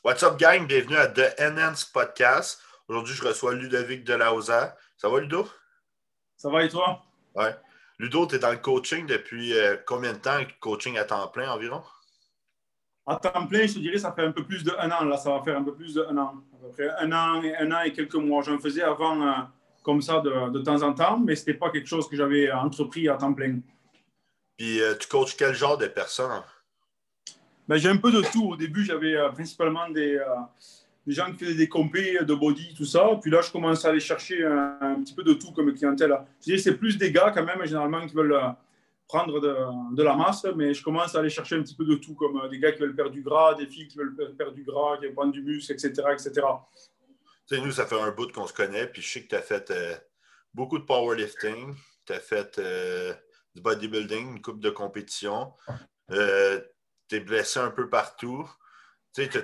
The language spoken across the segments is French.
What's up, gang? Bienvenue à The Enhance Podcast. Aujourd'hui, je reçois Ludovic Delauza. Ça va, Ludo? Ça va et toi? Ouais. Ludo, tu es dans le coaching depuis combien de temps? Coaching à temps plein environ? À temps plein, je te dirais, ça fait un peu plus d'un an. Là, ça va faire un peu plus d'un an. À peu près un an et quelques mois. J'en faisais avant comme ça de temps en temps, mais ce n'était pas quelque chose que j'avais entrepris à temps plein. Puis tu coaches quel genre de personnes? Ben, j'ai un peu de tout. Au début, j'avais principalement des gens qui faisaient des compés de body, tout ça. Puis là, je commence à aller chercher un petit peu de tout comme clientèle. Je dirais, c'est plus des gars quand même, généralement, qui veulent prendre de la masse, mais je commence à aller chercher un petit peu de tout, comme des gars qui veulent perdre du gras, des filles qui veulent perdre du gras, qui veulent prendre du muscle, etc., etc. Tu sais, nous, ça fait un bout qu'on se connaît, puis je sais que tu as fait beaucoup de powerlifting, tu as fait du bodybuilding, une coupe de compétition, tu es blessé un peu partout. Tu sais,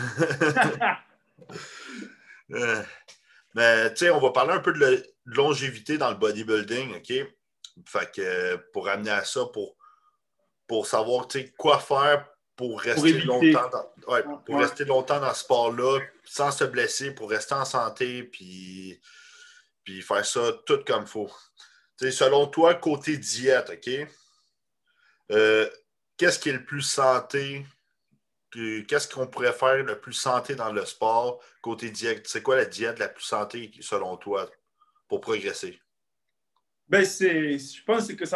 Euh, mais tu sais, on va parler un peu de longévité dans le bodybuilding, OK? Fait que pour amener à ça, pour savoir quoi faire pour Pour rester éviter. longtemps pour Ouais. rester longtemps dans ce sport-là, sans se blesser, pour rester en santé, puis faire ça tout comme il faut. Tu sais, selon toi, côté diète, OK? Euh, qu'est-ce qui est le plus santé? Puis, qu'est-ce qu'on pourrait faire le plus santé dans le sport côté diète? C'est quoi la diète la plus santé selon toi pour progresser? Ben je pense que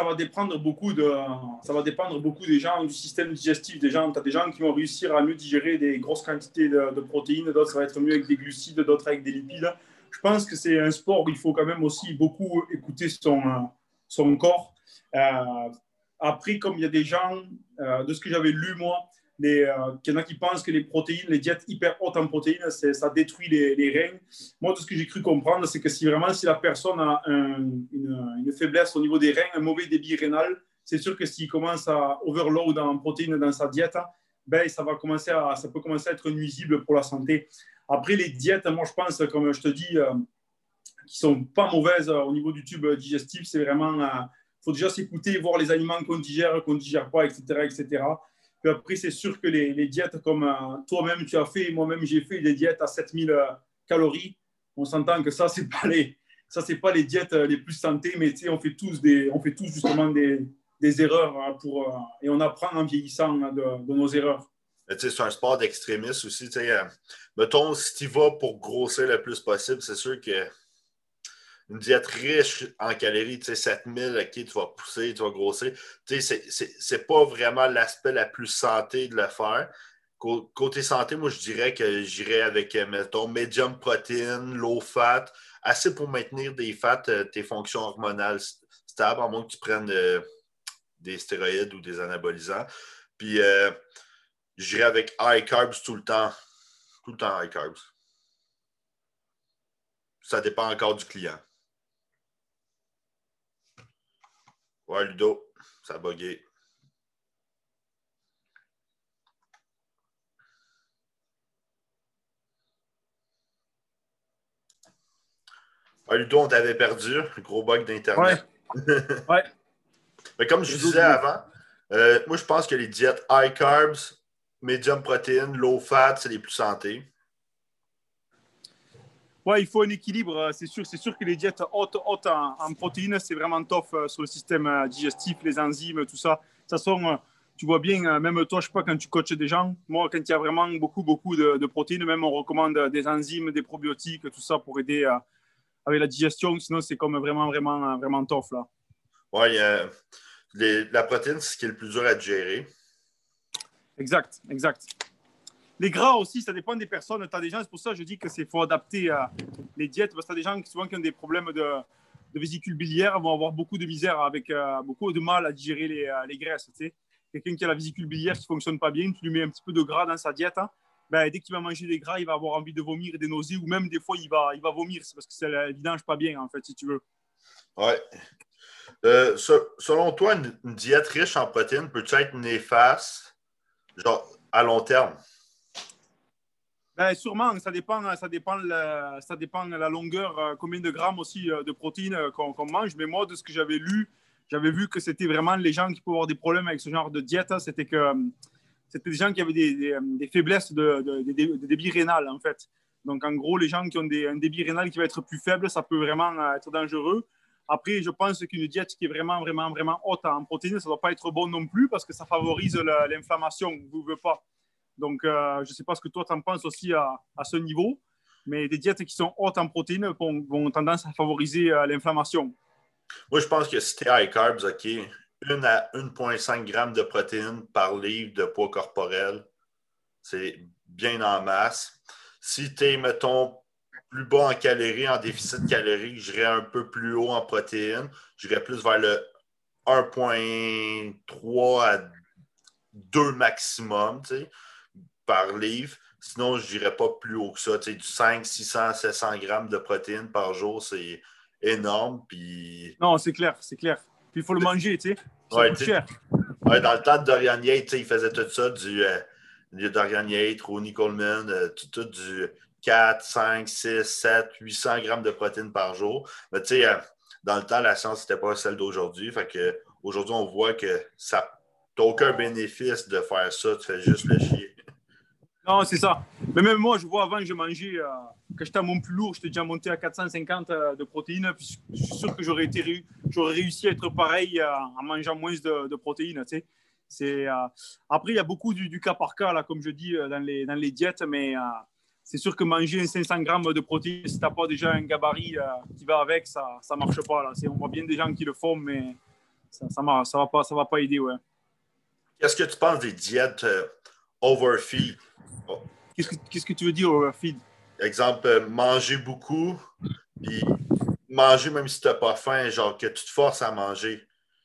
ça va dépendre beaucoup des gens, du système digestif des gens. Tu as des gens qui vont réussir à mieux digérer des grosses quantités de protéines, d'autres ça va être mieux avec des glucides, d'autres avec des lipides. Je pense que c'est un sport où il faut quand même aussi beaucoup écouter son corps. Euh, Après, comme il y a des gens, de ce que j'avais lu moi, qu'il y en a qui pensent que les protéines, les diètes hyper hautes en protéines, ça détruit les reins. Moi, tout ce que j'ai cru comprendre, c'est que si la personne a une faiblesse au niveau des reins, un mauvais débit rénal, c'est sûr que s'il commence à overload en protéines dans sa diète, ben, ça peut commencer à être nuisible pour la santé. Après, les diètes, moi, je pense, comme je te dis, qui sont pas mauvaises au niveau du tube digestif, c'est vraiment, faut déjà s'écouter, voir les aliments qu'on digère pas, etc., etc. Puis après, c'est sûr que les diètes, comme toi-même tu as fait, moi-même j'ai fait des diètes à 7000 calories. On s'entend que ça, c'est pas les diètes les plus santé, mais on fait tous justement des erreurs et on apprend en vieillissant de nos erreurs. C'est un sport d'extrémisme aussi. Mettons, si tu vas pour grossir le plus possible, c'est sûr que une diète riche en calories, 7000, OK, tu vas pousser, tu vas grossir. C'est pas vraiment l'aspect la plus santé de le faire. Côté santé, moi, je dirais que j'irais avec, mettons, medium protéine, low fat, assez pour maintenir des fats, tes fonctions hormonales stables, à moins que tu prennes des stéroïdes ou des anabolisants. Puis, j'irais avec high carbs tout le temps. Tout le temps high carbs. Ça dépend encore du client. Ouais, Ludo, ça a bugué. Ouais, Ludo, on t'avait perdu. Gros bug Ouais, d'Internet. ouais. Mais comme je Réseau disais du. avant, moi, je pense que les diètes high carbs, medium protéines, low fat, c'est les plus santé. Ouais, il faut un équilibre. C'est sûr que les diètes hautes en protéines, c'est vraiment tough sur le système digestif, les enzymes, tout ça. De toute façon, tu vois bien, même toi, je sais pas, quand tu coaches des gens, moi, quand il y a vraiment beaucoup de protéines, même on recommande des enzymes, des probiotiques, tout ça pour aider avec la digestion. Sinon, c'est comme vraiment tough, là. Ouais, la protéine, c'est ce qui est le plus dur à digérer. Exact, exact. Les gras aussi, ça dépend des personnes. Tu as des gens, c'est pour ça que je dis que c'est faut adapter les diètes, parce que tu as des gens qui, souvent, qui ont des problèmes de vésicule biliaire, vont avoir beaucoup de misère, avec beaucoup de mal à digérer les graisses. Tu sais. Quelqu'un qui a la vésicule biliaire qui ne fonctionne pas bien, tu lui mets un petit peu de gras dans sa diète, hein, ben, dès qu'il va manger des gras, il va avoir envie de vomir et des nausées, ou même des fois, il va vomir, c'est parce que ça ne vidange pas bien, en fait, si tu veux. Ouais. Selon toi, une diète riche en protéines peut être néfaste, genre à long terme? Ben, sûrement, ça dépend de la longueur, combien de grammes aussi de protéines qu'on mange. Mais moi, de ce que j'avais lu, j'avais vu que c'était vraiment les gens qui pouvaient avoir des problèmes avec ce genre de diète. C'était que c'était des gens qui avaient des faiblesses de débit rénal, en fait. Donc, en gros, les gens qui ont un débit rénal qui va être plus faible, ça peut vraiment être dangereux. Après, je pense qu'une diète qui est vraiment, vraiment, vraiment haute en protéines, ça ne doit pas être bon non plus parce que ça favorise l'inflammation. Vous ne voulez pas. Donc, je ne sais pas ce que toi, tu en penses aussi à ce niveau, mais des diètes qui sont hautes en protéines vont tendance à favoriser l'inflammation. Moi, je pense que si tu es high carbs, OK, 1 à 1,5 g de protéines par livre de poids corporel, c'est bien en masse. Si tu es, mettons, plus bas en calories, en déficit calorique, j'irais un peu plus haut en protéines. J'irais plus vers le 1,3 à 2 maximum par livre. Sinon, je n'irais pas plus haut que ça. Du 5, 600, 700 grammes de protéines par jour, c'est énorme. Puis... Non, c'est clair, c'est clair. Puis il faut le manger, tu sais. Ça ouais, coûte cher. Ouais, dans le temps de Dorian Yates, il faisait tout ça, du Dorian Yates, Ronnie Coleman, tout du 4, 5, 6, 7, 800 grammes de protéines par jour. Mais tu sais, dans le temps, la science n'était pas celle d'aujourd'hui. Fait que aujourd'hui, on voit que ça n'a aucun bénéfice de faire ça. Tu fais juste le chier. Non, c'est ça. Mais même moi, je vois avant, je mangeais, quand j'étais à mon plus lourd, j'étais déjà monté à 450 de protéines. Puis je suis sûr que j'aurais réussi à être pareil en mangeant moins de protéines. Tu sais. Après, il y a beaucoup du cas par cas, là, comme je dis, dans les diètes. Mais c'est sûr que manger 500 grammes de protéines, si tu n'as pas déjà un gabarit qui va avec, ça ne marche pas. Là. On voit bien des gens qui le font, mais ça ne va pas aider. Ouais. Qu'est-ce que tu penses des diètes overfeed? Oh. Qu'est-ce que tu veux dire, overfeed? Exemple, manger beaucoup, puis manger même si tu n'as pas faim, genre que tu te forces à manger.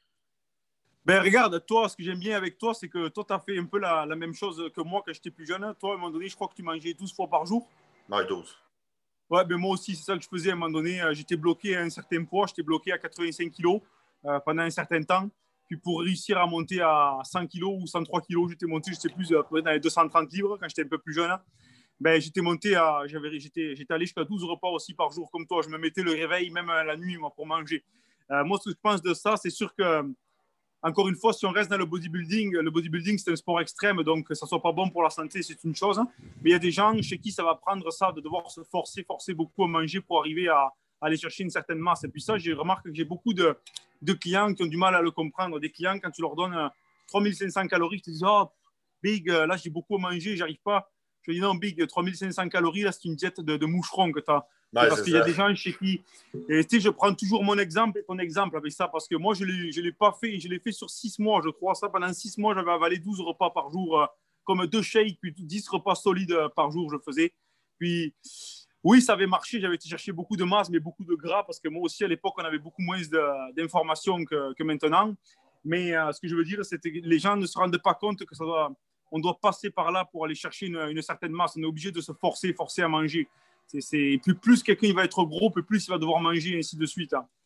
Ben regarde, toi, ce que j'aime bien avec toi, c'est que toi, tu as fait un peu la même chose que moi quand j'étais plus jeune. Toi, à un moment donné, je crois que tu mangeais 12 fois par jour. Ouais, 12. Ouais, ben moi aussi, c'est ça que je faisais à un moment donné. J'étais bloqué à un certain poids, j'étais bloqué à 85 kilos pendant un certain temps. Puis pour réussir à monter à 100 kilos ou 103 kilos, j'étais monté, je sais plus, dans les 230 livres quand j'étais un peu plus jeune. Ben, j'étais monté j'étais allé jusqu'à 12 repas aussi par jour comme toi. Je me mettais le réveil même la nuit moi, pour manger. Moi, ce que je pense de ça, c'est sûr que encore une fois, si on reste dans le bodybuilding, c'est un sport extrême, donc que ça soit pas bon pour la santé, c'est une chose. Hein. Mais il y a des gens chez qui ça va prendre ça, de devoir se forcer beaucoup à manger pour arriver à aller chercher une certaine masse. Et puis ça, j'ai remarqué que j'ai beaucoup de clients qui ont du mal à le comprendre. Des clients, quand tu leur donnes 3500 calories, ils te disent « Oh, Big, là, j'ai beaucoup à manger, j'arrive pas. » Je dis « Non, Big, 3500 calories, là, c'est une diète de moucheron que tu as. » Ouais, parce qu'il y a des gens chez qui. Et, tu sais, je prends toujours mon exemple et ton exemple avec ça parce que moi, je ne l'ai pas fait. Je l'ai fait sur 6 mois, je crois. Ça, pendant 6 mois, j'avais avalé 12 repas par jour, comme 2 shakes, puis 10 repas solides par jour, je faisais. Puis, oui, ça avait marché. J'avais été chercher beaucoup de masse, mais beaucoup de gras parce que moi aussi, à l'époque, on avait beaucoup moins d'informations que maintenant. Mais ce que je veux dire, c'est que les gens ne se rendent pas compte que on doit passer par là pour aller chercher une certaine masse. On est obligé de se forcer à manger. Plus quelqu'un va être gros, plus il va devoir manger, et ainsi de suite. Hein.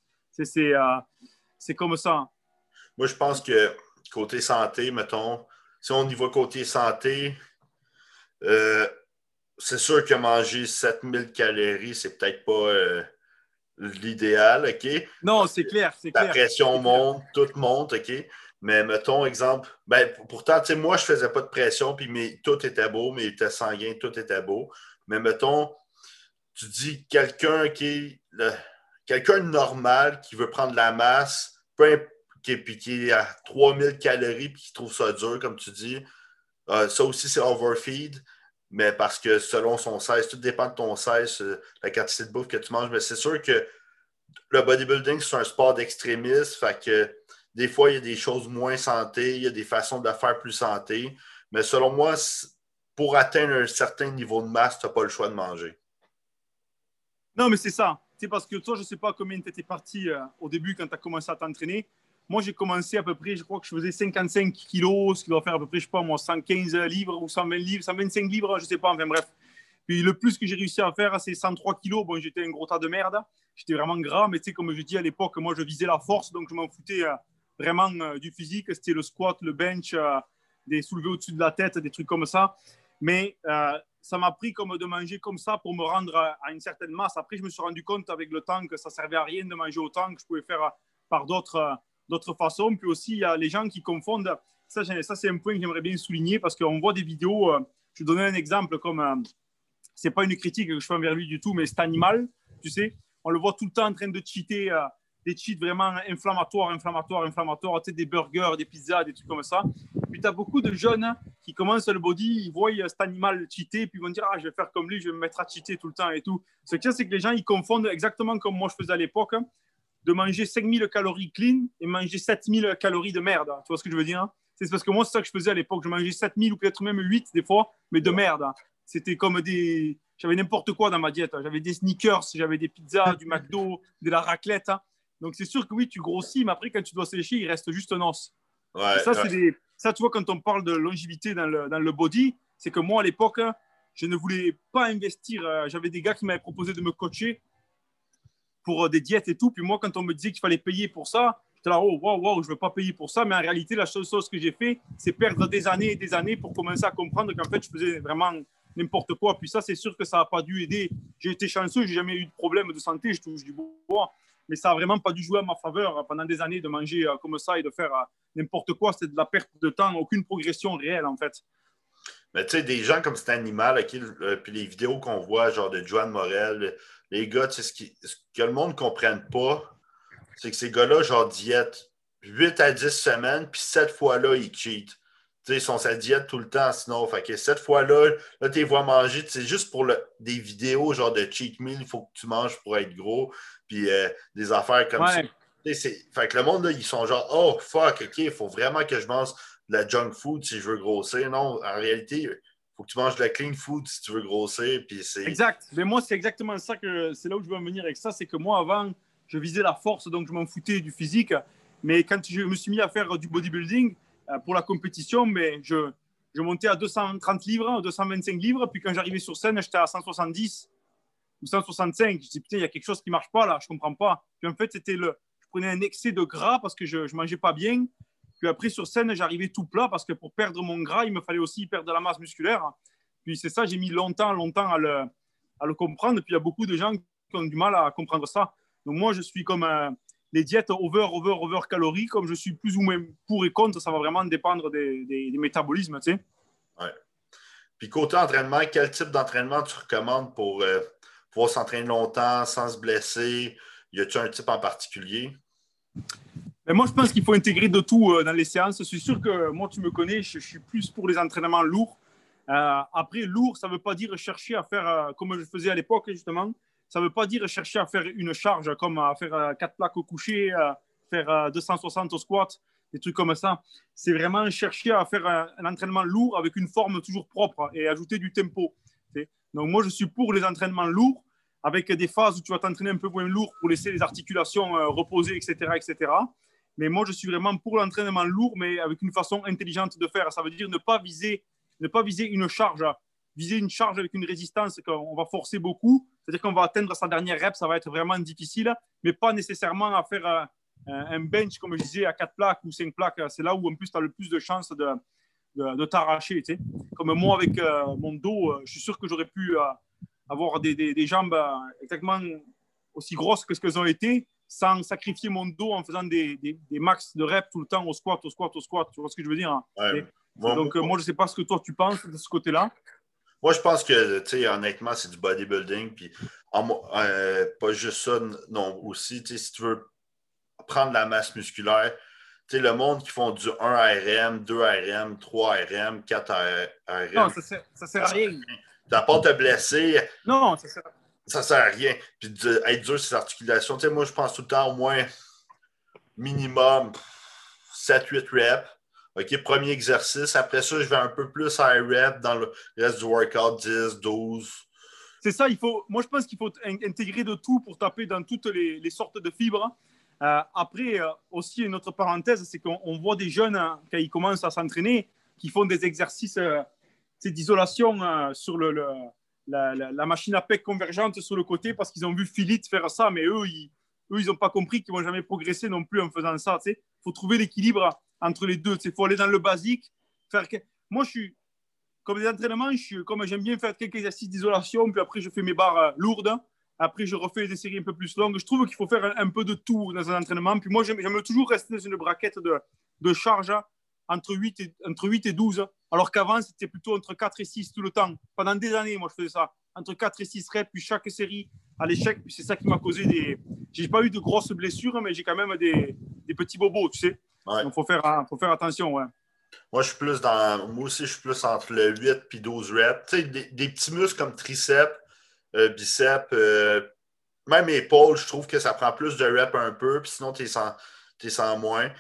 C'est comme ça. Moi, je pense que côté santé, mettons, si on y va côté santé, c'est sûr que manger 7000 calories, c'est peut-être pas l'idéal, OK? Non, c'est clair. La pression monte, tout monte, OK? Mais mettons, exemple, ben, pourtant, tu sais, moi, je faisais pas de pression, puis tout était beau, mais il était sanguin, tout était beau. Mais mettons, tu dis quelqu'un quelqu'un de normal qui veut prendre de la masse, qui est à 3000 calories puis qui trouve ça dur, comme tu dis, ça aussi, c'est overfeed, mais parce que selon son size, tout dépend de ton size, la quantité de bouffe que tu manges. Mais c'est sûr que le bodybuilding, c'est un sport d'extrémisme, fait que des fois, il y a des choses moins santé, il y a des façons de la faire plus santé. Mais selon moi, pour atteindre un certain niveau de masse, tu n'as pas le choix de manger. Non, mais c'est ça. C'est parce que toi, je ne sais pas combien tu étais parti au début quand tu as commencé à t'entraîner. Moi, j'ai commencé à peu près, je crois que je faisais 55 kilos, ce qui doit faire à peu près, je ne sais pas moi, 115 livres ou 120 livres, 125 livres, je ne sais pas, enfin bref. Puis le plus que j'ai réussi à faire, c'est 103 kilos. Bon, j'étais un gros tas de merde. J'étais vraiment gras, mais tu sais, comme je dis à l'époque, moi, je visais la force, donc je m'en foutais vraiment du physique. C'était le squat, le bench, des soulevés au-dessus de la tête, des trucs comme ça. Mais ça m'a pris comme de manger comme ça pour me rendre à une certaine masse. Après, je me suis rendu compte avec le temps que ça ne servait à rien de manger autant, que je pouvais faire par d'autres façons. Puis aussi, il y a les gens qui confondent ça c'est un point que j'aimerais bien souligner parce qu'on voit des vidéos. Je vais donner un exemple comme c'est pas une critique que je fais envers lui du tout, mais c'est Animal, tu sais, on le voit tout le temps en train de cheater des cheats vraiment inflammatoires, tu sais, des burgers, des pizzas, des trucs comme ça. Puis tu as beaucoup de jeunes qui commencent le body, ils voient cet animal cheater, puis ils vont dire ah, je vais faire comme lui, je vais me mettre à cheater tout le temps et tout. Ce qu'il y a, c'est que les gens ils confondent exactement comme moi je faisais à l'époque, de manger 5000 calories clean et manger 7000 calories de merde. Tu vois ce que je veux dire? C'est parce que moi, c'est ça que je faisais à l'époque. Je mangeais 7000 ou peut-être même 8 des fois, mais de merde. C'était comme des. J'avais n'importe quoi dans ma diète. J'avais des sneakers, j'avais des pizzas, du McDo, de la raclette. Donc c'est sûr que oui, tu grossis, mais après, quand tu dois sécher, il reste juste un os. Ouais, ça, c'est des. Ça, tu vois, quand on parle de longévité dans le body, c'est que moi, à l'époque, je ne voulais pas investir. J'avais des gars qui m'avaient proposé de me coacher pour des diètes et tout. Puis moi, quand on me disait qu'il fallait payer pour ça, j'étais là, oh, wow, je ne veux pas payer pour ça. Mais en réalité, la seule chose que j'ai fait, c'est perdre des années et des années pour commencer à comprendre qu'en fait, je faisais vraiment n'importe quoi. Puis ça, c'est sûr que ça n'a pas dû aider. J'ai été chanceux, je n'ai jamais eu de problème de santé, je touche du bois. Mais ça n'a vraiment pas dû jouer à ma faveur pendant des années de manger comme ça et de faire n'importe quoi. C'était de la perte de temps, aucune progression réelle, en fait. Mais tu sais, des gens comme cet animal, puis les vidéos qu'on voit, genre de Joan Morel, les gars, ce que le monde ne comprenne pas, c'est que ces gars-là, genre, diète 8 à 10 semaines, puis 7 fois-là, ils cheat. Tu sais, ils sont sa diète tout le temps, sinon. Fait que 7 fois-là, là, tu les vois manger. C'est juste pour des vidéos, genre de cheat meal, il faut que tu manges pour être gros, puis des affaires comme ça. Fait que le monde, là, ils sont genre, oh, fuck, OK, il faut vraiment que je mange de la junk food si je veux grossir. Non, en réalité, il faut que tu manges de la clean food si tu veux grossir. Puis exact. Mais moi, c'est exactement ça c'est là où je veux en venir avec ça. C'est que moi, avant, je visais la force, donc je m'en foutais du physique. Mais quand je me suis mis à faire du bodybuilding pour la compétition, mais je montais à 230 livres, 225 livres. Puis quand j'arrivais sur scène, j'étais à 170 ou 165. Je dis, putain, il y a quelque chose qui ne marche pas là, je ne comprends pas. Puis en fait, je prenais un excès de gras parce que je ne mangeais pas bien. Puis après, sur scène, j'arrivais tout plat parce que pour perdre mon gras, il me fallait aussi perdre de la masse musculaire. Puis c'est ça, j'ai mis longtemps à le comprendre. Puis il y a beaucoup de gens qui ont du mal à comprendre ça. Donc moi, je suis comme les diètes over calories, comme je suis plus ou moins pour et contre, ça va vraiment dépendre des métabolismes, tu sais. Ouais. Puis côté entraînement, quel type d'entraînement tu recommandes pour pouvoir s'entraîner longtemps sans se blesser? Y a-t-il un type en particulier? Mais moi, je pense qu'il faut intégrer de tout dans les séances. Je suis sûr que moi, tu me connais, je suis plus pour les entraînements lourds. Après, lourd, ça ne veut pas dire chercher à faire, comme je faisais à l'époque, justement, ça ne veut pas dire chercher à faire une charge, comme à faire 4 plaques au coucher, faire 260 au squat, des trucs comme ça. C'est vraiment chercher à faire un entraînement lourd avec une forme toujours propre et ajouter du tempo. Donc, moi, je suis pour les entraînements lourds, avec des phases où tu vas t'entraîner un peu moins lourd pour laisser les articulations reposer, etc., etc. Mais moi, je suis vraiment pour l'entraînement lourd, mais avec une façon intelligente de faire. Ça veut dire ne pas viser une charge, viser une charge avec une résistance qu'on va forcer beaucoup. C'est-à-dire qu'on va atteindre sa dernière rep, ça va être vraiment difficile, mais pas nécessairement à faire un bench, comme je disais, à 4 plaques ou 5 plaques. C'est là où, en plus, tu as le plus de chances de t'arracher. Tu sais. Comme moi, avec mon dos, je suis sûr que j'aurais pu avoir des jambes exactement aussi grosses que ce qu'elles ont été, sans sacrifier mon dos en faisant des max de reps tout le temps au squat. Tu vois ce que je veux dire? Hein? Ouais. Donc, moi, je ne sais pas ce que toi, tu penses de ce côté-là. Moi, je pense que, tu sais, honnêtement, c'est du bodybuilding. Puis, pas juste ça, non, aussi, tu sais, si tu veux prendre la masse musculaire, tu sais, le monde qui font du 1 RM, 2 RM, 3 RM, 4 RM. Non, ça sert à rien. T'as pas te blesser. Non, ça sert à rien. Ça sert à rien. Puis être dur sur les articulations. Tu sais, moi, je pense tout le temps au moins minimum 7-8 reps. OK, premier exercice. Après ça, je vais un peu plus high rep dans le reste du workout, 10, 12. C'est ça, moi, je pense qu'il faut intégrer de tout pour taper dans toutes les sortes de fibres. Après, aussi, une autre parenthèse, c'est qu'on voit des jeunes, quand ils commencent à s'entraîner, qui font des exercices d'isolation sur la machine à pec convergente sur le côté parce qu'ils ont vu Philippe faire ça, mais eux, ils n'ont pas compris qu'ils ne vont jamais progresser non plus en faisant ça. Il faut trouver l'équilibre entre les deux. Il faut aller dans le basique. Moi, je suis comme des entraînements, comme j'aime bien faire quelques exercices d'isolation, puis après, je fais mes barres lourdes. Après, je refais des séries un peu plus longues. Je trouve qu'il faut faire un peu de tout dans un entraînement. Puis moi, j'aime toujours rester dans une braquette de charge entre 8 et 12. Alors qu'avant, c'était plutôt entre 4 et 6 tout le temps. Pendant des années, moi, je faisais ça. Entre 4 et 6 reps, puis chaque série à l'échec. Puis c'est ça qui m'a causé des. J'ai pas eu de grosses blessures, mais j'ai quand même des petits bobos, tu sais. Ouais. Donc, faut faire attention, ouais. Moi, moi aussi, je suis plus entre le 8 et 12 reps. Tu sais, des petits muscles comme triceps, biceps, même épaules, je trouve que ça prend plus de reps un peu, puis sinon, t'es sans moins.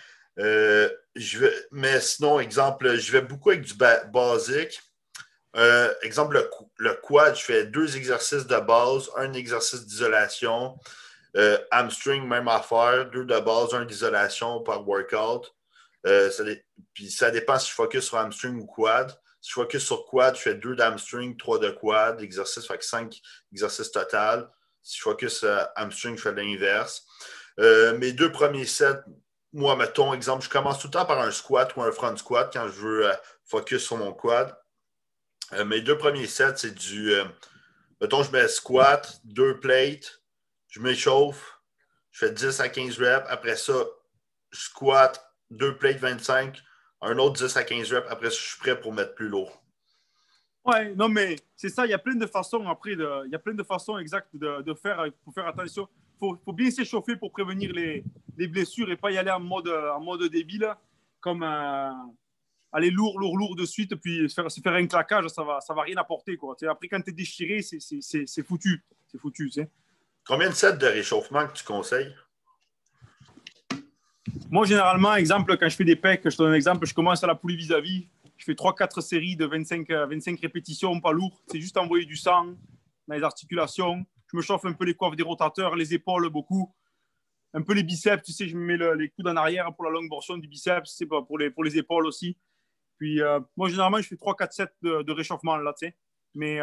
Mais sinon, exemple, je vais beaucoup avec du basique. Exemple, le quad, je fais 2 exercices de base, un exercice d'isolation. Hamstring, même affaire, 2 de base, 1 d'isolation par workout. Puis ça dépend si je focus sur hamstring ou quad. Si je focus sur quad, je fais 2 d'hamstring, 3 de quad, exercice, fait que 5 exercices total. Si je focus hamstring, je fais l'inverse. Mes 2 premiers sets, moi, mettons, exemple, je commence tout le temps par un squat ou un front squat quand je veux focus sur mon quad. Mes 2 premiers sets, c'est mettons, je mets squat, 2 plates, je m'échauffe, je fais 10 à 15 reps. Après ça, je squat, 2 plates 25, un autre 10 à 15 reps. Après ça, je suis prêt pour mettre plus lourd. Ouais, non, mais c'est ça. Il y a plein de façons après, il y a plein de façons exactes de faire pour faire attention. Faut bien s'échauffer pour prévenir les blessures et pas y aller en mode débile, comme aller lourd de suite, puis se faire un claquage, ça va rien apporter, quoi. Après, quand tu es déchiré, c'est foutu. C'est foutu, tu sais. Combien de sets de réchauffement que tu conseilles? Moi, généralement, exemple, quand je fais des pecs, je te donne un exemple, je commence à la poulie vis-à-vis. Je fais 3-4 séries de 25 répétitions, pas lourd. C'est juste envoyer du sang dans les articulations. Je me chauffe un peu les coiffes des rotateurs, les épaules beaucoup. Un peu les biceps, tu sais, je me mets les coudes en arrière pour la longue portion du biceps, c'est pour les épaules aussi. Puis, moi, généralement, je fais 3-4 sets de réchauffement, là, tu sais. Mais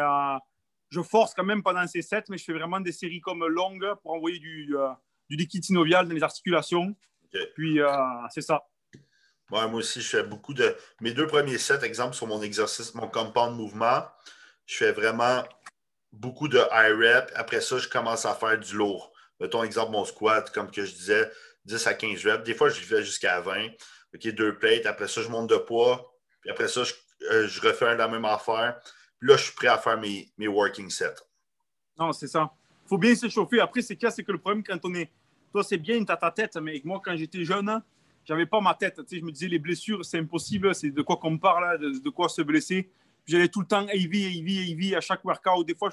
je force quand même pendant ces sets, mais je fais vraiment des séries comme longues pour envoyer du liquide synovial dans les articulations. Okay. Puis, c'est ça. Ouais, moi aussi, je fais beaucoup de. Mes 2 premiers sets, exemple, sur mon exercice, mon compound mouvement, je fais vraiment beaucoup de high rep. Après ça, je commence à faire du lourd. Mettons, exemple, mon squat, comme que je disais, 10 à 15 reps. Des fois, je vais jusqu'à 20. OK, 2 plates. Après ça, je monte de poids. Puis après ça, je refais la même affaire. Puis là, je suis prêt à faire mes working sets. Non, c'est ça. Il faut bien s'échauffer. Après, c'est que le problème, quand on est. Toi, c'est bien, tu as ta tête, mais moi, quand j'étais jeune, j'avais pas ma tête. Tu sais, je me disais, les blessures, c'est impossible. C'est de quoi qu'on parle, de quoi se blesser. J'allais tout le temps heavy à chaque workout. Des fois,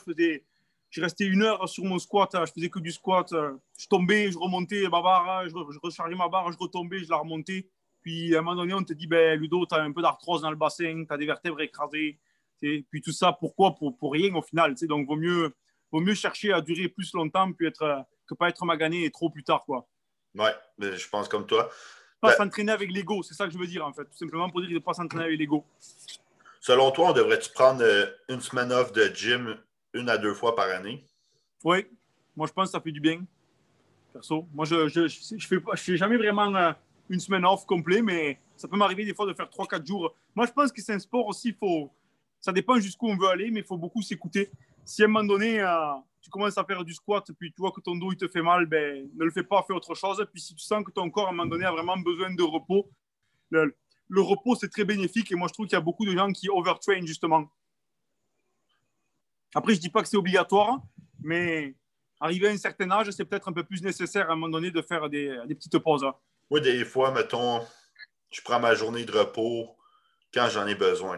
je restais 1 heure sur mon squat. Je faisais que du squat. Je tombais, je remontais ma barre, je rechargeais ma barre, je retombais, je la remontais. Puis à un moment donné, on te dit, ben, Ludo, tu as un peu d'arthrose dans le bassin, tu as des vertèbres écrasées. Puis tout ça, pourquoi pour rien au final. Donc, vaut mieux chercher à durer plus longtemps que pas être magané trop plus tard, quoi. Ouais, je pense comme toi. Pas s'entraîner avec l'ego, c'est ça que je veux dire, en fait. Tout simplement pour dire de ne pas s'entraîner avec l'ego. Selon toi, on devrait-tu prendre une semaine off de gym 1 à 2 fois par année? Oui, moi, je pense que ça fait du bien, perso. Moi, je fais jamais vraiment une semaine off complet, mais ça peut m'arriver des fois de faire 3-4 jours. Moi, je pense que c'est un sport aussi, ça dépend jusqu'où on veut aller, mais il faut beaucoup s'écouter. Si à un moment donné, tu commences à faire du squat, puis tu vois que ton dos il te fait mal, ben, ne le fais pas, fais autre chose. Puis si tu sens que ton corps, à un moment donné, a vraiment besoin de repos, le repos, c'est très bénéfique. Et moi, je trouve qu'il y a beaucoup de gens qui overtrain, justement. Après, je ne dis pas que c'est obligatoire, mais arrivé à un certain âge, c'est peut-être un peu plus nécessaire à un moment donné de faire des petites pauses. Oui, des fois, mettons, je prends ma journée de repos quand j'en ai besoin.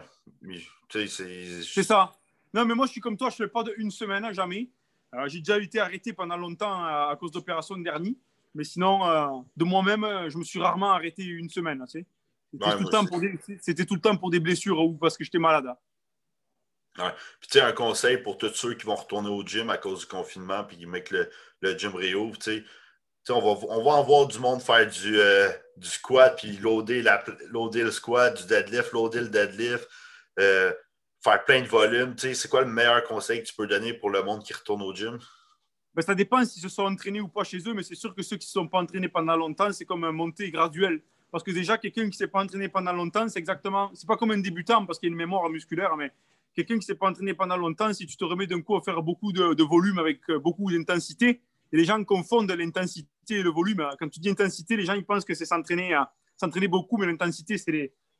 C'est ça. Non, mais moi, je suis comme toi, je ne fais pas d'une semaine, jamais. J'ai déjà été arrêté pendant longtemps à cause d'opérations dernières. Mais sinon, de moi-même, je me suis rarement arrêté une semaine. Tu sais. C'était tout le temps pour des blessures ou parce que j'étais malade. Ouais. Puis, tu sais, un conseil pour tous ceux qui vont retourner au gym à cause du confinement puis que le gym réouvre, tu sais, on va en voir du monde faire du squat puis loader le squat, du deadlift, loader le deadlift, faire plein de volumes. Tu sais, c'est quoi le meilleur conseil que tu peux donner pour le monde qui retourne au gym? Ben, ça dépend s'ils se sont entraînés ou pas chez eux, mais c'est sûr que ceux qui ne se sont pas entraînés pendant longtemps, c'est comme un montée graduelle. Parce que déjà, quelqu'un qui ne s'est pas entraîné pendant longtemps, c'est pas comme un débutant parce qu'il y a une mémoire musculaire, mais quelqu'un qui ne s'est pas entraîné pendant longtemps, si tu te remets d'un coup à faire beaucoup de volume avec beaucoup d'intensité, et les gens confondent l'intensité et le volume. Quand tu dis intensité, les gens ils pensent que c'est s'entraîner beaucoup, mais l'intensité, c'est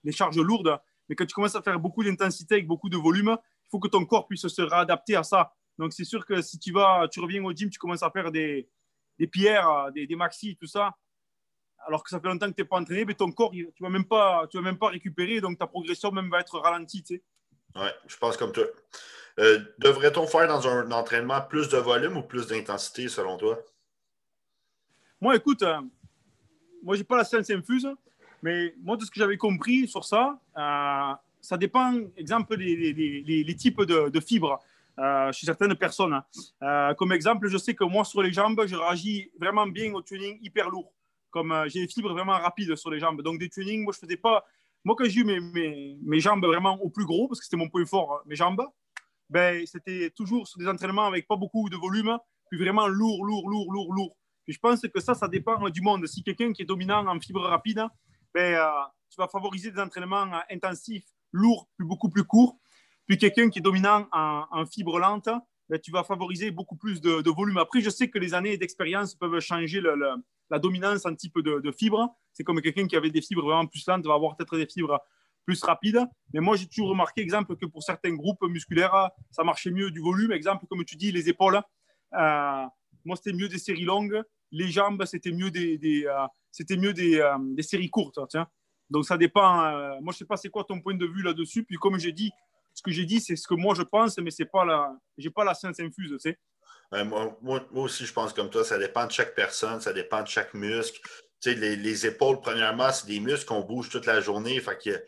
des charges lourdes. Mais quand tu commences à faire beaucoup d'intensité avec beaucoup de volume, il faut que ton corps puisse se réadapter à ça. Donc, c'est sûr que si tu reviens au gym, tu commences à faire des pierres, des maxi, tout ça, alors que ça fait longtemps que tu n'es pas entraîné, mais ton corps, tu ne vas même pas récupérer, donc ta progression même va être ralentie. Tu sais. Ouais, je pense comme toi. Devrait-on faire dans un entraînement plus de volume ou plus d'intensité, selon toi? Moi, écoute, moi, je n'ai pas la science infuse, mais moi, de ce que j'avais compris sur ça, ça dépend, exemple, les types de fibres chez certaines personnes. Comme exemple, je sais que moi, sur les jambes, je réagis vraiment bien au tuning hyper lourd. Comme j'ai des fibres vraiment rapides sur les jambes. Donc, des tunings, moi, je faisais pas. Moi, quand j'ai eu mes jambes vraiment au plus gros, parce que c'était mon point fort, mes jambes, ben, c'était toujours sur des entraînements avec pas beaucoup de volume, puis vraiment lourd, lourd, lourd, lourd, lourd. Puis je pense que ça dépend du monde. Si quelqu'un qui est dominant en fibre rapide, ben, tu vas favoriser des entraînements intensifs, lourds, puis beaucoup plus courts. Puis quelqu'un qui est dominant en fibre lente, ben, tu vas favoriser beaucoup plus de volume. Après, je sais que les années d'expérience peuvent changer la dominance en type de fibre. C'est comme quelqu'un qui avait des fibres vraiment plus lentes va avoir peut-être des fibres plus rapides. Mais moi, j'ai toujours remarqué, exemple, que pour certains groupes musculaires, ça marchait mieux du volume. Exemple, comme tu dis, les épaules. Moi, c'était mieux des séries longues. Les jambes, c'était mieux des séries courtes. Tiens. Donc, ça dépend. Moi, je ne sais pas c'est quoi ton point de vue là-dessus. Puis, comme j'ai dit, ce que j'ai dit, c'est ce que moi, je pense, mais c'est pas j'ai pas la science infuse. Tu sais. Moi aussi, je pense comme toi. Ça dépend de chaque personne, ça dépend de chaque muscle. Tu sais, les épaules, premièrement, c'est des muscles qu'on bouge toute la journée. Fait que,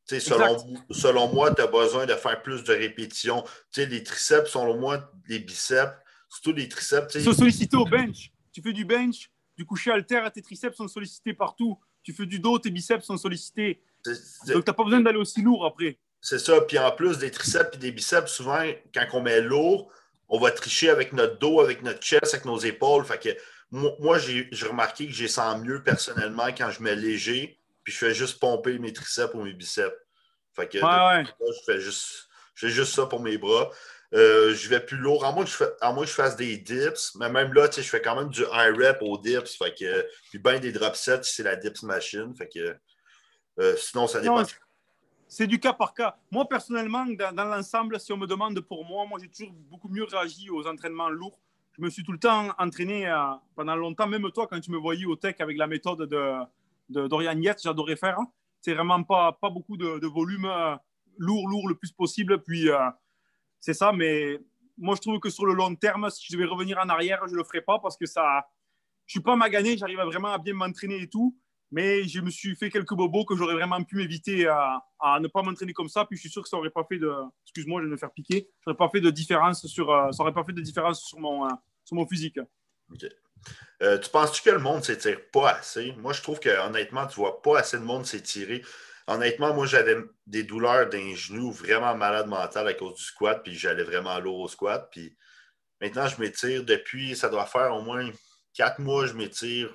selon moi, tu as besoin de faire plus de répétitions. Tu sais, les triceps, selon moi, les biceps, surtout les triceps. Ils sont sollicités au bench. Tu fais du bench, du coucher haltère, tes triceps sont sollicités partout. Tu fais du dos, tes biceps sont sollicités. Donc, tu n'as pas besoin d'aller aussi lourd après. C'est ça. Puis en plus des triceps et des biceps, souvent, quand on met lourd, on va tricher avec notre dos, avec notre chest, avec nos épaules. Fait que moi j'ai remarqué que j'ai sens mieux personnellement quand je mets léger, puis je fais juste pomper mes triceps ou mes biceps. Fait que Ouais. je fais juste ça pour mes bras. Je vais plus lourd, à moins que je fasse des dips, mais même là, je fais quand même du high rep aux dips. Fait que, puis bien des drop sets, c'est la dips machine. Fait que sinon, ça dépend. Non, c'est du cas par cas. Moi, personnellement, dans l'ensemble, si on me demande pour moi, j'ai toujours beaucoup mieux réagi aux entraînements lourds. Je me suis tout le temps entraîné pendant longtemps. Même toi, quand tu me voyais au tech avec la méthode d'Orian Yates, j'adorais faire. C'est vraiment pas beaucoup de volume lourd le plus possible. Puis, c'est ça. Mais moi, je trouve que sur le long terme, si je devais revenir en arrière, je ne le ferais pas parce que ça. Je suis pas magané, j'arrive vraiment à bien m'entraîner et tout. Mais je me suis fait quelques bobos que j'aurais vraiment pu m'éviter à ne pas m'entraîner comme ça. Puis je suis sûr que ça n'aurait pas fait de. Excuse-moi, je vais me faire piquer. Ça n'aurait pas fait de différence ça aurait pas fait de différence sur mon physique. Okay. Tu penses-tu que le monde ne s'étire pas assez? Moi, je trouve que honnêtement, tu vois pas assez de monde s'étirer. Honnêtement, moi, j'avais des douleurs d'un genou vraiment malade mental à cause du squat, puis j'allais vraiment lourd au squat. Puis maintenant, je m'étire depuis, ça doit faire au moins 4 mois, je m'étire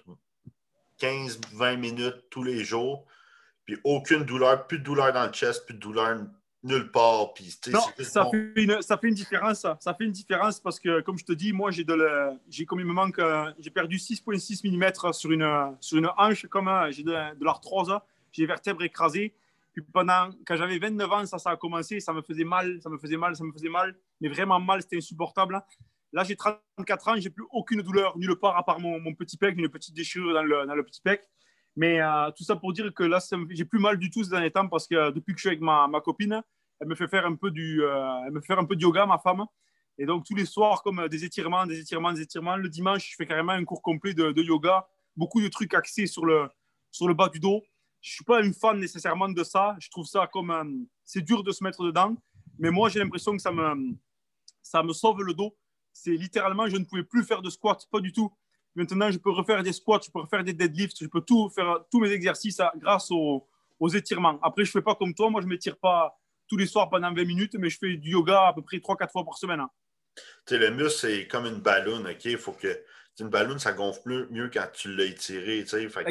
15-20 minutes tous les jours. Puis aucune douleur, plus de douleur dans le chest, plus de douleur nulle part. Puis, Non, c'est juste bon. ça fait une différence. Ça fait une différence parce que, comme je te dis, moi, comme il me manque, j'ai perdu 6,6 mm sur une hanche, comme j'ai de l'arthrose, j'ai les vertèbres écrasées. Puis quand j'avais 29 ans, ça a commencé, ça me faisait mal, mais vraiment mal, c'était insupportable. Là, j'ai 34 ans, j'ai plus aucune douleur nulle part à part mon petit pec, une petite déchirure dans le petit pec. Mais tout ça pour dire que là, j'ai plus mal du tout ces derniers temps parce que depuis que je suis avec ma copine, elle me fait faire un peu du yoga, ma femme. Et donc, tous les soirs, comme des étirements. Le dimanche, je fais carrément un cours complet de yoga. Beaucoup de trucs axés sur le bas du dos. Je ne suis pas une fan nécessairement de ça. Je trouve ça comme... c'est dur de se mettre dedans. Mais moi, j'ai l'impression que ça me sauve le dos. C'est littéralement, je ne pouvais plus faire de squat, pas du tout. Maintenant, je peux refaire des squats, je peux refaire des deadlifts, je peux tout faire, tous mes exercices grâce aux étirements. Après, je ne fais pas comme toi. Moi, je ne m'étire pas tous les soirs pendant 20 minutes, mais je fais du yoga à peu près 3-4 fois par semaine. Le muscle, c'est comme une ballonne, OK? Il faut que. Une ballonne, ça gonfle mieux quand tu l'as étiré,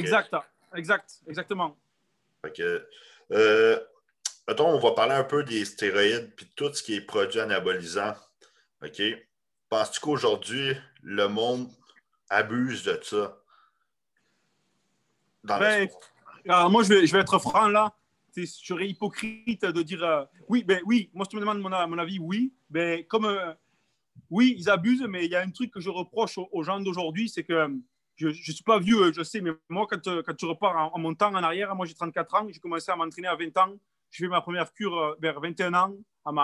Exactement. Fait que mettons, on va parler un peu des stéroïdes puis tout ce qui est produit anabolisant. OK? Penses-tu qu'aujourd'hui, le monde abuse de ça dans le sport? Alors moi, je vais être franc là. je serais hypocrite de dire oui, ben oui, moi, si tu me demandes mon avis, oui. Ben, comme oui, ils abusent, mais il y a un truc que je reproche aux gens d'aujourd'hui, c'est que je ne suis pas vieux, je sais, mais moi, quand tu repars en montant en arrière, moi j'ai 34 ans, j'ai commencé à m'entraîner à 20 ans, je fais ma première cure vers 21 ans,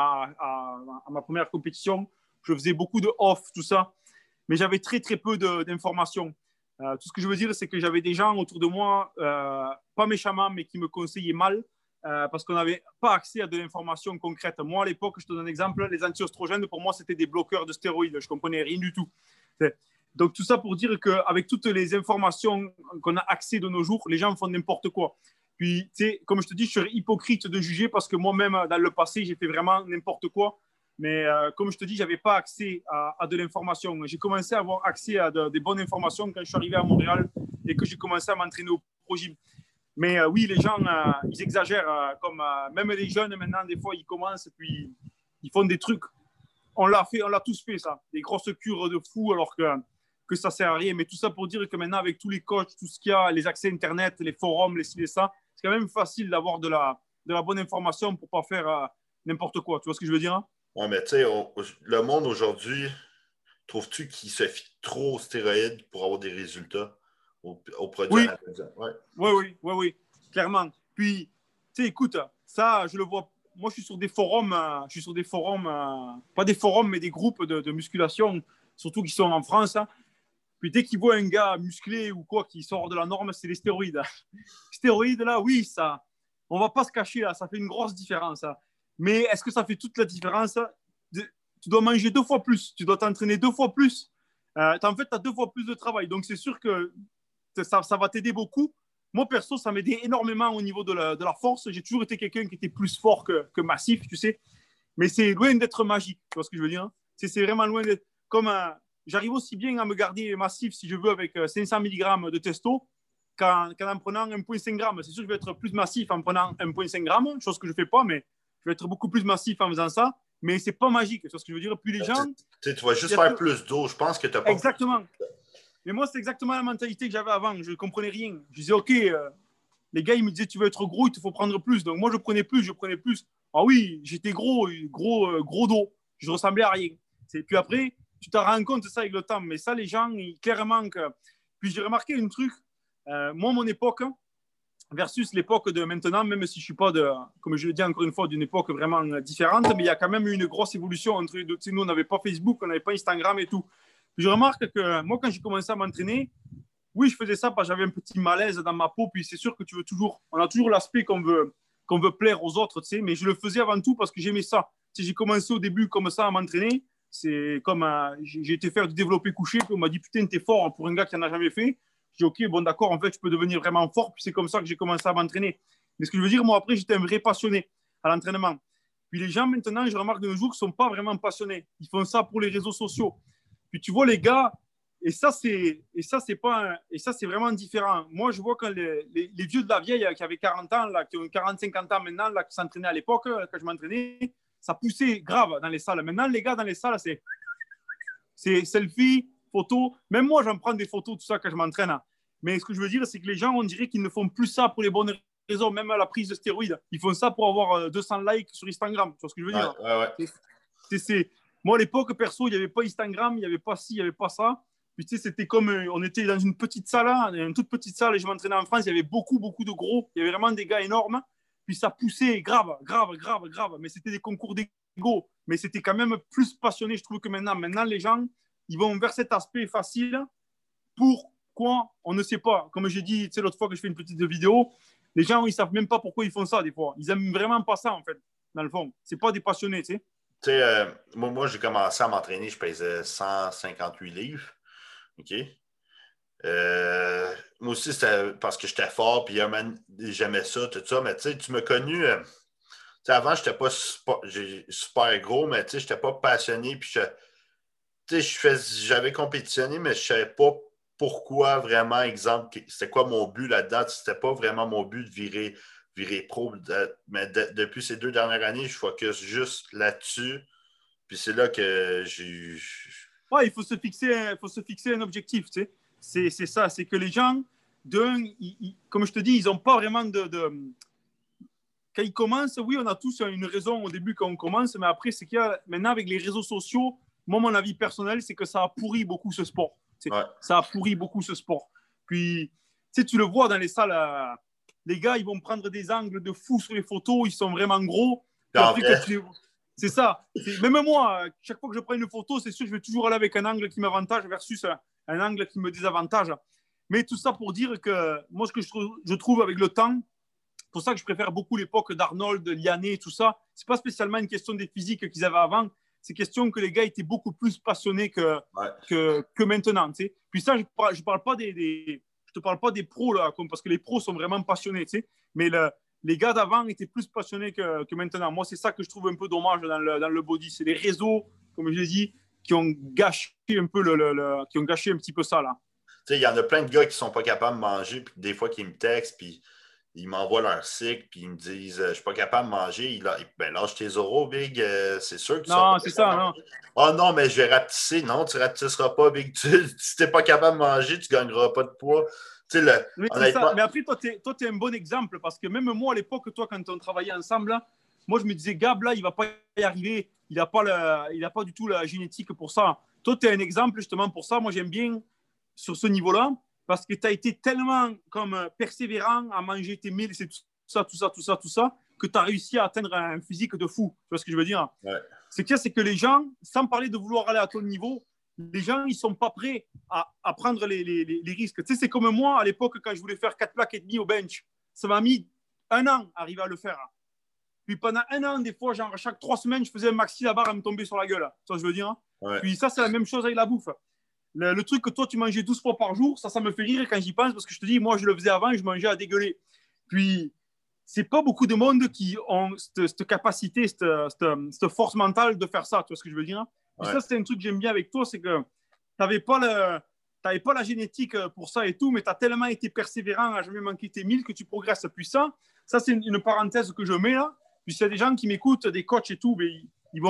à ma première compétition, je faisais beaucoup de off, tout ça, mais j'avais très très peu d'informations. Tout ce que je veux dire, c'est que j'avais des gens autour de moi, pas méchamment, mais qui me conseillaient mal, parce qu'on n'avait pas accès à de l'information concrète. Moi, à l'époque, je te donne un exemple, les anti-oestrogènes, pour moi, c'était des bloqueurs de stéroïdes. Je ne comprenais rien du tout. Donc, tout ça pour dire qu'avec toutes les informations qu'on a accès de nos jours, les gens font n'importe quoi. Puis, tu sais, comme je te dis, je serais hypocrite de juger parce que moi-même, dans le passé, j'ai fait vraiment n'importe quoi. Mais comme je te dis, je n'avais pas accès à de l'information. J'ai commencé à avoir accès à des bonnes informations quand je suis arrivé à Montréal et que j'ai commencé à m'entraîner au pro gym. Mais oui, les gens, ils exagèrent. Même les jeunes, maintenant, des fois, ils commencent et puis ils font des trucs. On l'a tous fait, ça. Des grosses cures de fou alors que ça ne sert à rien. Mais tout ça pour dire que maintenant, avec tous les coachs, tout ce qu'il y a, les accès Internet, les forums, les ci et ça, c'est quand même facile d'avoir de la bonne information pour ne pas faire n'importe quoi. Tu vois ce que je veux dire? Hein? Ouais, mais tu sais, le monde aujourd'hui, trouves-tu qu'il se fie trop aux stéroïdes pour avoir des résultats aux produits Oui, anabolisants? Ouais. oui, clairement. Puis, tu sais, écoute, ça, je le vois. Moi, je suis sur des forums, pas des forums, mais des groupes de musculation, surtout qui sont en France. Hein. Puis dès qu'ils voient un gars musclé ou quoi qui sort de la norme, c'est les stéroïdes. Stéroïdes, là, oui, ça, on va pas se cacher, là, ça fait une grosse différence. Hein. Mais est-ce que ça fait toute la différence? Tu dois manger 2 fois plus, tu dois t'entraîner 2 fois plus. En fait, tu as 2 fois plus de travail. Donc, c'est sûr que ça va t'aider beaucoup. Moi, perso, ça m'aidait énormément au niveau de la force. J'ai toujours été quelqu'un qui était plus fort que massif, tu sais. Mais c'est loin d'être magique, tu vois ce que je veux dire? Hein. C'est vraiment loin d'être. Comme j'arrive aussi bien à me garder massif, si je veux, avec 500 mg de testo qu'en prenant 1,5 g. C'est sûr que je vais être plus massif en prenant 1,5 g, chose que je ne fais pas, mais je vais être beaucoup plus massif en faisant ça. Mais c'est pas magique, tu vois ce que je veux dire? Puis les gens. Tu vas juste faire plus d'eau. Je pense que tu n'as pas. Exactement. Mais moi, c'est exactement la mentalité que j'avais avant. Je ne comprenais rien. Je disais, OK, les gars, ils me disaient, tu veux être gros, il te faut prendre plus. Donc moi, je prenais plus. Ah oui, j'étais gros dos. Je ressemblais à rien. Puis après, tu te rends compte de ça avec le temps. Mais ça, les gens, clairement que. Puis j'ai remarqué un truc. Moi, mon époque versus l'époque de maintenant, même si je ne suis pas, comme je le dis encore une fois, d'une époque vraiment différente, mais il y a quand même une grosse évolution entre les deux. Nous, on n'avait pas Facebook, on n'avait pas Instagram et tout. Puis je remarque que moi, quand j'ai commencé à m'entraîner, oui, je faisais ça parce que j'avais un petit malaise dans ma peau. Puis c'est sûr que on a toujours l'aspect qu'on veut plaire aux autres, tu sais. Mais je le faisais avant tout parce que j'aimais ça. Tu sais, j'ai commencé au début comme ça à m'entraîner. C'est comme j'ai été faire du développé couché. Puis on m'a dit putain, t'es fort pour un gars qui en a jamais fait. J'ai dit ok, bon d'accord, en fait, je peux devenir vraiment fort. Puis c'est comme ça que j'ai commencé à m'entraîner. Mais ce que je veux dire, moi après, j'étais un vrai passionné à l'entraînement. Puis les gens maintenant, je remarque de nos jours, ne sont pas vraiment passionnés. Ils font ça pour les réseaux sociaux. Puis tu vois les gars, et ça, c'est vraiment différent. Moi, je vois quand les vieux de la vieille qui avaient 40 ans, là, qui ont 40-50 ans maintenant, là, qui s'entraînaient à l'époque, quand je m'entraînais, ça poussait grave dans les salles. Maintenant, les gars dans les salles, c'est selfie, photo. Même moi, j'en prends des photos, tout ça, quand je m'entraîne. Mais ce que je veux dire, c'est que les gens, on dirait qu'ils ne font plus ça pour les bonnes raisons, même à la prise de stéroïdes. Ils font ça pour avoir 200 likes sur Instagram. Tu vois ce que je veux dire? Ouais. Moi, à l'époque, perso, il n'y avait pas Instagram, il n'y avait pas ci, il n'y avait pas ça. Puis, tu sais, c'était comme on était dans une petite salle, une toute petite salle, et je m'entraînais en France. Il y avait beaucoup, beaucoup de gros. Il y avait vraiment des gars énormes. Puis ça poussait grave. Mais c'était des concours d'ego. Mais c'était quand même plus passionné, je trouve, que maintenant. Maintenant, les gens, ils vont vers cet aspect facile. Pourquoi? On ne sait pas. Comme j'ai dit, tu sais, l'autre fois que je fais une petite vidéo, les gens, ils ne savent même pas pourquoi ils font ça, des fois. Ils n'aiment vraiment pas ça, en fait, dans le fond. Ce n'est pas des passionnés, tu sais. Tu sais, moi j'ai commencé à m'entraîner, je pesais 158 livres. OK? Moi aussi, c'était parce que j'étais fort, puis j'aimais ça, tout ça. Mais tu sais, tu m'as connu. Avant, je n'étais pas super gros, mais tu sais, je n'étais pas passionné. Puis j'avais compétitionné, mais je ne savais pas pourquoi vraiment, exemple, c'était quoi mon but là-dedans. C'était pas vraiment mon but de virer pro. Mais depuis ces 2 dernières années, je focus juste là-dessus. Puis c'est là que j'ai. Ouais, il faut se fixer un objectif, tu sais. C'est ça, c'est que les gens, comme je te dis, ils n'ont pas vraiment quand ils commencent, oui, on a tous une raison au début quand on commence, mais après, c'est qu'il y a maintenant avec les réseaux sociaux, moi, mon avis personnel, c'est que ça a pourri beaucoup ce sport. Ouais. Ça a pourri beaucoup ce sport. Puis, tu le vois dans les salles, les gars, ils vont prendre des angles de fou sur les photos, ils sont vraiment gros. Puis après, c'est ça. Même moi, chaque fois que je prends une photo, c'est sûr que je vais toujours aller avec un angle qui m'avantage versus un angle qui me désavantage. Mais tout ça pour dire que moi, ce que je trouve avec le temps, c'est pour ça que je préfère beaucoup l'époque d'Arnold, Lianet, tout ça. C'est pas spécialement une question des physiques qu'ils avaient avant. C'est question que les gars étaient beaucoup plus passionnés que maintenant. T'sais. Puis ça, je te parle pas des pros, là, parce que les pros sont vraiment passionnés. Mais les gars d'avant étaient plus passionnés que maintenant. Moi, c'est ça que je trouve un peu dommage dans le body. C'est les réseaux, comme je l'ai dit, qui ont gâché un peu qui ont gâché un petit peu ça, là. Il y en a plein de gars qui sont pas capables de manger, puis des fois, qui me textent, puis ils m'envoient leur cycle, puis ils me disent je suis pas capable de manger. Ben, lâche tes oraux, Big. C'est sûr que non, c'est ça, non. Ah non, mais je vais rapetisser. Non, tu rapetisseras pas, Big. Si tu n'es pas capable de manger, tu ne gagneras pas de poids. Honnêtement... Mais après, toi, tu es un bon exemple, parce que même moi, à l'époque, toi, quand on travaillait ensemble, là, moi, je me disais, Gab, là, il va pas y arriver. Il n'a pas du tout la génétique pour ça. Toi, tu es un exemple, justement, pour ça. Moi, j'aime bien sur ce niveau-là, parce que tu as été tellement comme persévérant à manger tes meals, c'est tout ça, que tu as réussi à atteindre un physique de fou. Tu vois ce que je veux dire? Ouais. C'est que les gens, sans parler de vouloir aller à ton niveau, les gens, ils ne sont pas prêts à prendre les risques. Tu sais, c'est comme moi, à l'époque, quand je voulais faire 4 plaques et demi au bench. Ça m'a mis 1 an à arriver à le faire. Puis pendant 1 an, des fois, genre chaque 3 semaines, je faisais un maxi la barre à me tomber sur la gueule. Tu vois ce que je veux dire? Ouais. Puis ça, c'est la même chose avec la bouffe. Le truc que toi, tu mangeais 12 fois par jour, ça me fait rire quand j'y pense, parce que je te dis, moi, je le faisais avant et je mangeais à dégueuler. Puis, c'est pas beaucoup de monde qui ont cette capacité, cette force mentale de faire ça. Tu vois ce que je veux dire? Et ça, c'est un truc que j'aime bien avec toi, c'est que tu n'avais pas la génétique pour ça et tout, mais tu as tellement été persévérant à jamais manquer tes 1000 que tu progresses. Puis ça c'est une parenthèse que je mets là. Puis s'il y a des gens qui m'écoutent, des coachs et tout, mais ils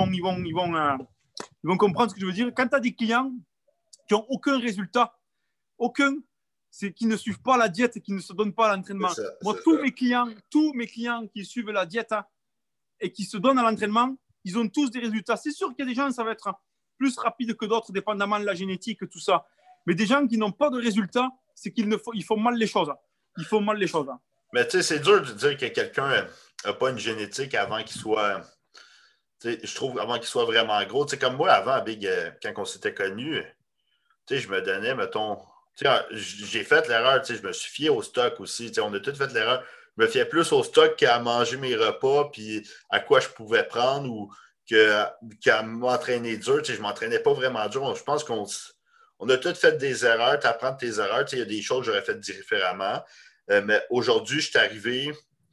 vont comprendre ce que je veux dire. Quand tu as des clients qui n'ont aucun résultat, c'est qui ne suivent pas la diète et qui ne se donnent pas à l'entraînement. Moi, tous mes clients qui suivent la diète et qui se donnent à l'entraînement, ils ont tous des résultats. C'est sûr qu'il y a des gens, ça va être plus rapide que d'autres, dépendamment de la génétique, tout ça. Mais des gens qui n'ont pas de résultats, c'est ils font mal les choses. Ils font mal les choses. Mais tu sais, c'est dur de dire que quelqu'un n'a pas une génétique avant qu'il soit... je trouve, avant qu'il soit vraiment gros. Tu sais, comme moi, avant, Big, quand on s'était connus, je me donnais, mettons... J'ai fait l'erreur, je me suis fié au stock aussi. On a tous fait l'erreur. Je me fiais plus au stock qu'à manger mes repas, puis à quoi je pouvais prendre ou qu'à m'entraîner dur. Je ne m'entraînais pas vraiment dur. Je pense qu'on a tous fait des erreurs. Tu apprends de tes erreurs. Il y a des choses que j'aurais fait différemment. Mais aujourd'hui, je suis arrivé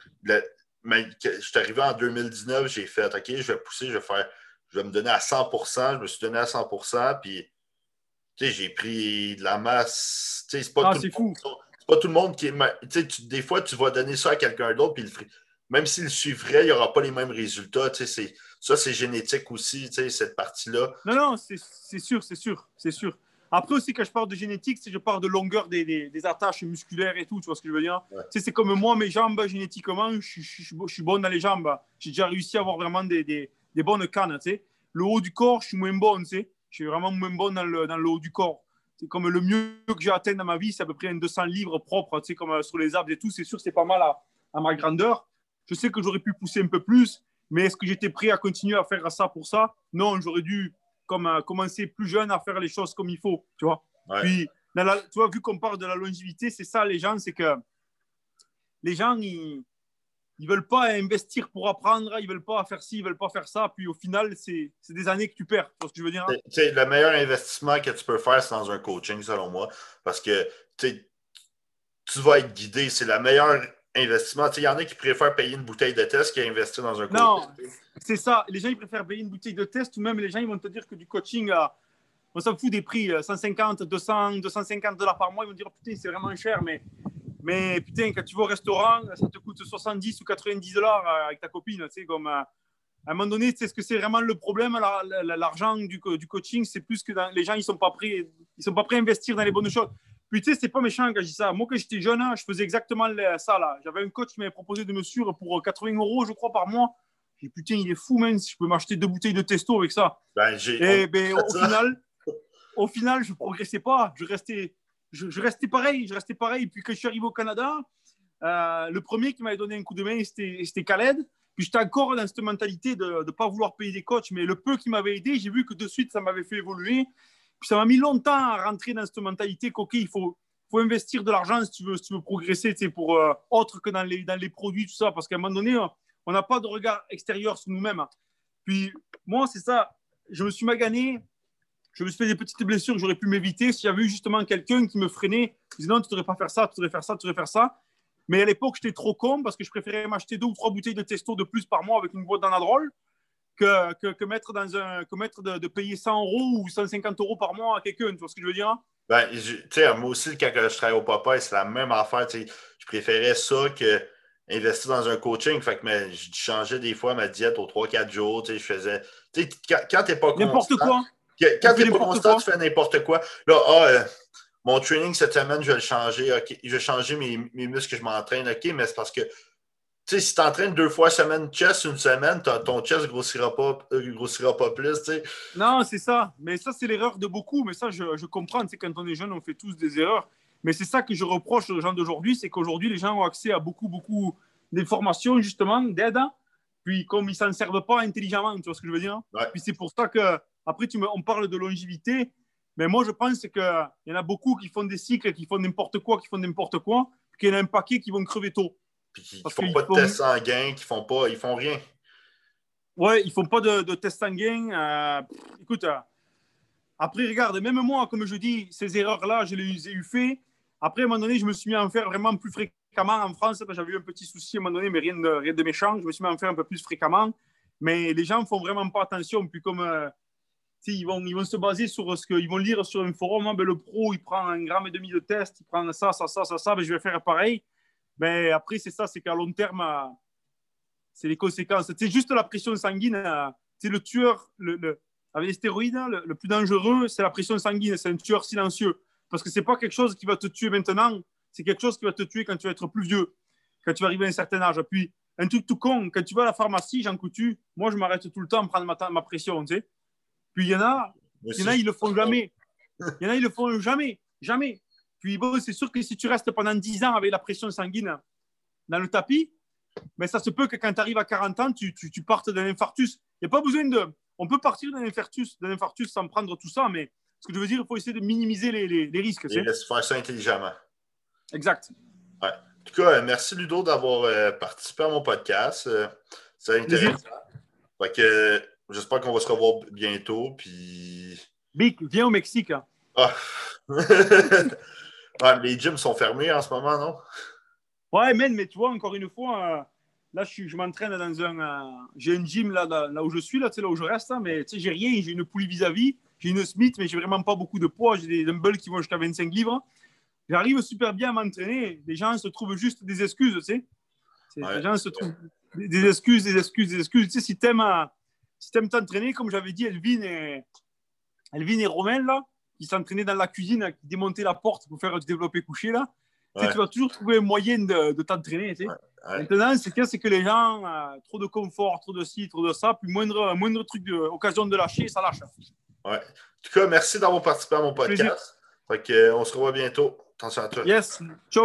en 2019, j'ai fait OK, je vais pousser, je vais me donner à 100%. Je me suis donné à 100%, puis j'ai pris de la masse. C'est pas tout le monde qui est. Des fois, tu vas donner ça à quelqu'un d'autre, puis même s'il le suivrait, il n'y aura pas les mêmes résultats. Ça, c'est génétique aussi, cette partie-là. Non, c'est sûr. Après aussi, quand je parle de génétique, je parle de longueur des attaches musculaires et tout, tu vois ce que je veux dire? Ouais. C'est comme moi, mes jambes, génétiquement, je suis bon dans les jambes. J'ai déjà réussi à avoir vraiment des bonnes cannes. Le haut du corps, je suis moins bon. Je suis vraiment moins bon dans le haut du corps. C'est comme le mieux que j'ai atteint dans ma vie, c'est à peu près un 200 livres propre, comme sur les abs et tout. C'est sûr, c'est pas mal à ma grandeur. Je sais que j'aurais pu pousser un peu plus, mais est-ce que j'étais prêt à continuer à faire ça pour ça? Non, j'aurais dû commencer plus jeune à faire les choses comme il faut, tu vois. Ouais. Puis, tu vois, vu qu'on parle de la longévité, c'est ça, les gens, c'est que les gens, ils veulent pas investir pour apprendre, ils veulent pas faire ci, ils veulent pas faire ça, puis au final, c'est des années que tu perds, tu vois ce que je veux dire? Le meilleur investissement que tu peux faire, c'est dans un coaching, selon moi, parce que tu vas être guidé, c'est le meilleur investissement. Il y en a qui préfèrent payer une bouteille de test qu'investir dans un coaching. Non, c'est ça. Les gens, ils préfèrent payer une bouteille de test, ou même les gens, ils vont te dire que du coaching, on s'en fout des prix, 150, 200, 250 $ par mois, ils vont dire, putain, c'est vraiment cher, mais putain, quand tu vas au restaurant, ça te coûte 70 ou 90 $ avec ta copine. Tu sais, comme à un moment donné, tu sais ce que c'est vraiment le problème, l'argent du coaching, c'est plus que les gens, ils sont pas prêts à investir dans les bonnes choses. Puis tu sais, c'est pas méchant quand je dis ça. Moi, quand j'étais jeune, je faisais exactement ça. Là. J'avais un coach qui m'avait proposé de me suivre pour 80 euros, je crois, par mois. J'ai dit, putain, il est fou, man, si je peux m'acheter 2 bouteilles de testo avec ça. Ben, Et ben, au final, je progressais pas. Je restais pareil. Et puis quand je suis arrivé au Canada, le premier qui m'avait donné un coup de main, c'était Khaled. Puis j'étais encore dans cette mentalité de ne pas vouloir payer des coachs. Mais le peu qui m'avait aidé, j'ai vu que de suite, ça m'avait fait évoluer. Puis ça m'a mis longtemps à rentrer dans cette mentalité qu'ok, il faut investir de l'argent si tu veux progresser, pour autre que dans les produits, tout ça. Parce qu'à un moment donné, on n'a pas de regard extérieur sur nous-mêmes. Puis moi, c'est ça. Je me suis magané. Je me suis fait des petites blessures que j'aurais pu m'éviter si j'avais eu justement quelqu'un qui me freinait. Qui disait non, tu ne devrais pas faire ça, tu devrais faire ça, tu devrais faire ça. Mais à l'époque, j'étais trop con parce que je préférais m'acheter 2 ou 3 bouteilles de testo de plus par mois avec une boîte d'anadrol que mettre de payer 100 euros ou 150 euros par mois à quelqu'un. Tu vois ce que je veux dire? Ben, tu sais, moi aussi, quand je travaillais au Popeye, c'est la même affaire. Je préférais ça que investir dans un coaching. Fait que je changeais des fois ma diète aux 3-4 jours. Je faisais. Quand tu n'es pas constant. N'importe quoi. Quand tu n'es pas constant, tu fais n'importe quoi. Là, mon training cette semaine, je vais le changer. Okay. Je vais changer mes muscles que je m'entraîne. OK, mais c'est parce que si tu t'entraînes 2 fois semaine chest une semaine, ton chest ne grossira pas plus. T'sais. Non, c'est ça. Mais ça, c'est l'erreur de beaucoup. Mais ça, je comprends. Quand on est jeune, on fait tous des erreurs. Mais c'est ça que je reproche aux gens d'aujourd'hui, c'est qu'aujourd'hui, les gens ont accès à beaucoup d'informations, justement, d'aide. Puis comme ils ne s'en servent pas intelligemment, tu vois ce que je veux dire? Ouais. Puis c'est pour ça que, après, on parle de longévité. Mais moi, je pense qu'il y en a beaucoup qui font des cycles, qui font n'importe quoi, puis qu'il y en a un paquet qui vont crever tôt. Puis qui ne font pas de tests sanguins, ils font rien. Ouais, ils ne font pas de tests sanguins. Écoute, après, regarde, même moi, comme je dis, ces erreurs-là, je les ai eu fait. Après, à un moment donné, je me suis mis à en faire vraiment plus fréquemment en France. J'avais eu un petit souci à un moment donné, mais rien de méchant. Je me suis mis à en faire un peu plus fréquemment. Mais les gens ne font vraiment pas attention. Puis comme ils vont se baser sur ce qu'ils vont lire sur un forum, ben, le pro, il prend 1,5 gramme de test, il prend ça, ben, je vais faire pareil. Mais après, c'est ça, c'est qu'à long terme, c'est les conséquences. C'est juste la pression sanguine. C'est le tueur, avec les stéroïdes, le plus dangereux, c'est la pression sanguine. C'est un tueur silencieux. Parce que ce n'est pas quelque chose qui va te tuer maintenant, c'est quelque chose qui va te tuer quand tu vas être plus vieux, quand tu vas arriver à un certain âge. Puis, un truc tout con, quand tu vas à la pharmacie, Jean Coutu, moi, je m'arrête tout le temps à prendre ma pression, tu sais. Puis, il y en a, ils le font jamais. Il y en a, ils le font jamais. Jamais. Puis, bon, c'est sûr que si tu restes pendant 10 ans avec la pression sanguine dans le tapis, mais ça se peut que quand tu arrives à 40 ans, tu partes d'un infarctus. Il n'y a pas besoin de... On peut partir d'un infarctus sans prendre tout ça, mais ce que je veux dire, il faut essayer de minimiser les risques. Et laisse faire ça intelligemment. Exact. Ouais. En tout cas, merci Ludo d'avoir participé à mon podcast. C'est intéressant. Fait que j'espère qu'on va se revoir bientôt. Puis... Bic, viens au Mexique. Hein. Ah. Ouais, les gyms sont fermés en ce moment, non? Ouais, mais tu vois, encore une fois, là, je m'entraîne dans j'ai un gym là où je suis, là où je reste, hein, mais j'ai rien. J'ai une poulie vis-à-vis, j'ai une Smith, mais j'ai vraiment pas beaucoup de poids. J'ai des dumbbells qui vont jusqu'à 25 livres. J'arrive super bien à m'entraîner. Les gens se trouvent juste des excuses, tu sais. Ouais. Les gens se trouvent des excuses. Tu sais, si t'aimes t'entraîner, comme j'avais dit, Elvin et Romain, là, qui s'entraînaient dans la cuisine, qui démontaient la porte pour faire du développé couché, là. Ouais. Tu vas toujours trouver un moyen de t'entraîner. Tu sais. Ouais. Maintenant, c'est que les gens, trop de confort, trop de ci, trop de ça, puis moindre truc, occasion de lâcher, ça lâche. Ouais. En tout cas, merci d'avoir participé à mon podcast. Fait que, on se revoit bientôt. Attention à toi. Yes. Ciao.